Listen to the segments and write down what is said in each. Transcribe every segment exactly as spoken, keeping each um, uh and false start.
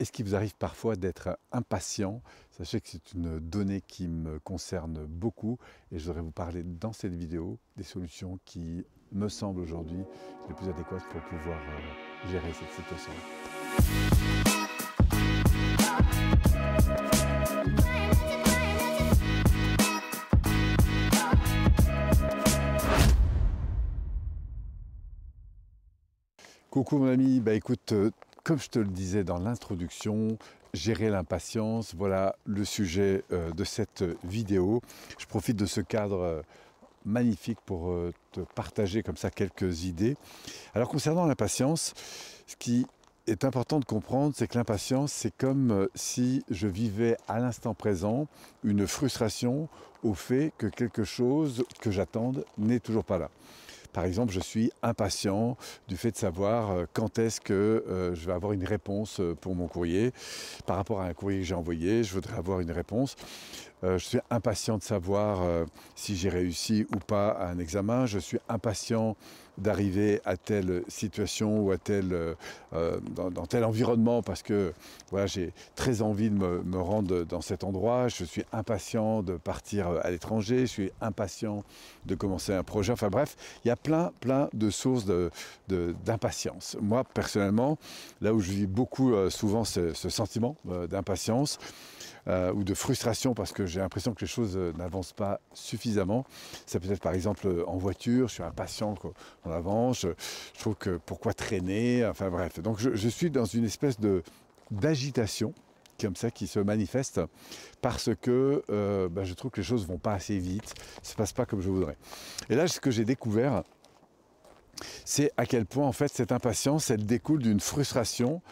Est-ce qu'il vous arrive parfois d'être impatient? Sachez que c'est une donnée qui me concerne beaucoup et je voudrais vous parler dans cette vidéo des solutions qui me semblent aujourd'hui les plus adéquates pour pouvoir euh, gérer cette situation. Coucou mon ami, bah écoute, euh, comme je te le disais dans l'introduction, gérer l'impatience, voilà le sujet euh, de cette vidéo. Je profite de ce cadre euh, magnifique pour euh, te partager comme ça quelques idées. Alors concernant l'impatience, ce qui est important de comprendre, c'est que l'impatience, c'est comme euh, si je vivais à l'instant présent une frustration au fait que quelque chose que j'attende n'est toujours pas là. Par exemple, je suis impatient du fait de savoir quand est-ce que euh, je vais avoir une réponse pour mon courrier. Par rapport à un courrier que j'ai envoyé, je voudrais avoir une réponse. Euh, je suis impatient de savoir euh, si j'ai réussi ou pas à un examen. Je suis impatient d'arriver à telle situation ou à tel, euh, dans, dans tel environnement parce que voilà, j'ai très envie de me, me rendre dans cet endroit. Je suis impatient de partir à l'étranger. Je suis impatient de commencer un projet. Enfin bref, il y a plein, plein de sources de, de, d'impatience. Moi, personnellement, là où je vis beaucoup euh, souvent ce, ce sentiment euh, d'impatience, Euh, ou de frustration parce que j'ai l'impression que les choses euh, n'avancent pas suffisamment. Ça peut être par exemple en voiture, je suis impatient qu'on avance, je, je trouve que pourquoi traîner, enfin bref. Donc je, je suis dans une espèce de, d'agitation comme ça qui se manifeste parce que euh, ben, je trouve que les choses ne vont pas assez vite, ça ne se passe pas comme je voudrais. Et là, ce que j'ai découvert, c'est à quel point en fait cette impatience, elle découle d'une frustration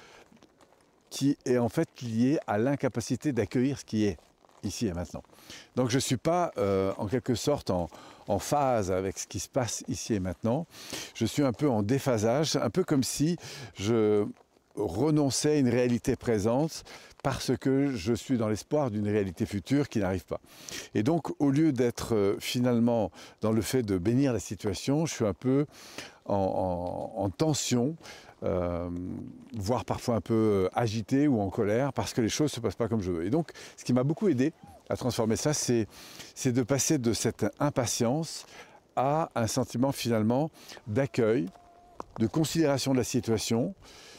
qui est en fait lié à l'incapacité d'accueillir ce qui est ici et maintenant. Donc je ne suis pas euh, en quelque sorte en, en phase avec ce qui se passe ici et maintenant. Je suis un peu en déphasage, un peu comme si je renonçais à une réalité présente parce que je suis dans l'espoir d'une réalité future qui n'arrive pas. Et donc au lieu d'être euh, finalement dans le fait de bénir la situation, je suis un peu en, en, en tension, Euh, voire parfois un peu agité ou en colère parce que les choses ne se passent pas comme je veux. Et donc, ce qui m'a beaucoup aidé à transformer ça, c'est, c'est de passer de cette impatience à un sentiment finalement d'accueil, de considération de la situation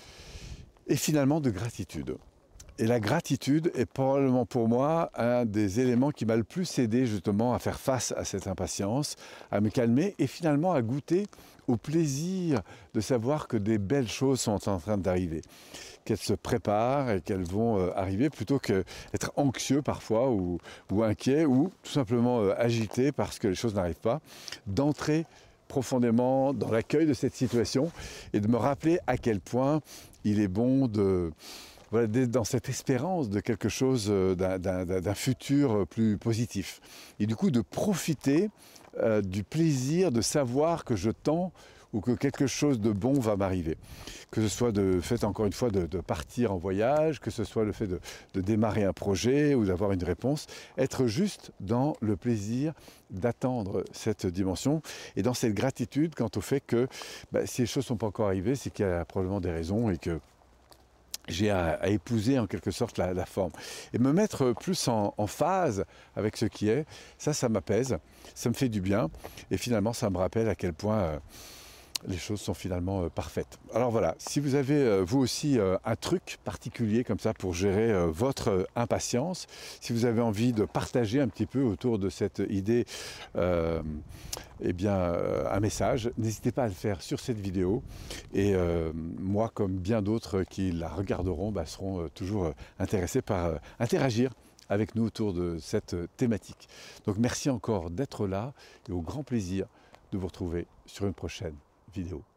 et finalement de gratitude. Et la gratitude est probablement pour moi un des éléments qui m'a le plus aidé justement à faire face à cette impatience, à me calmer et finalement à goûter au plaisir de savoir que des belles choses sont en train d'arriver, qu'elles se préparent et qu'elles vont euh, arriver plutôt qu'être anxieux parfois ou, ou inquiet ou tout simplement euh, agité parce que les choses n'arrivent pas, d'entrer profondément dans l'accueil de cette situation et de me rappeler à quel point il est bon de... Voilà, d'être dans cette espérance de quelque chose, d'un, d'un, d'un futur plus positif. Et du coup, de profiter euh, du plaisir de savoir que je tends ou que quelque chose de bon va m'arriver. Que ce soit le fait, encore une fois, de, de partir en voyage, que ce soit le fait de, de démarrer un projet ou d'avoir une réponse. Être juste dans le plaisir d'attendre cette dimension et dans cette gratitude quant au fait que bah, si les choses ne sont pas encore arrivées, c'est qu'il y a probablement des raisons et que j'ai à, à épouser en quelque sorte la, la forme. Et me mettre plus en, en phase avec ce qui est, ça, ça m'apaise, ça me fait du bien. Et finalement, ça me rappelle à quel point euh, les choses sont finalement euh, parfaites. Alors voilà, si vous avez euh, vous aussi euh, un truc particulier comme ça pour gérer euh, votre euh, impatience, si vous avez envie de partager un petit peu autour de cette idée, euh, eh bien, euh, un message, n'hésitez pas à le faire sur cette vidéo. Et euh, moi, comme bien d'autres qui la regarderont, bah, seront euh, toujours euh, intéressés par euh, interagir avec nous autour de cette euh, thématique. Donc merci encore d'être là et au grand plaisir de vous retrouver sur une prochaine vidéo.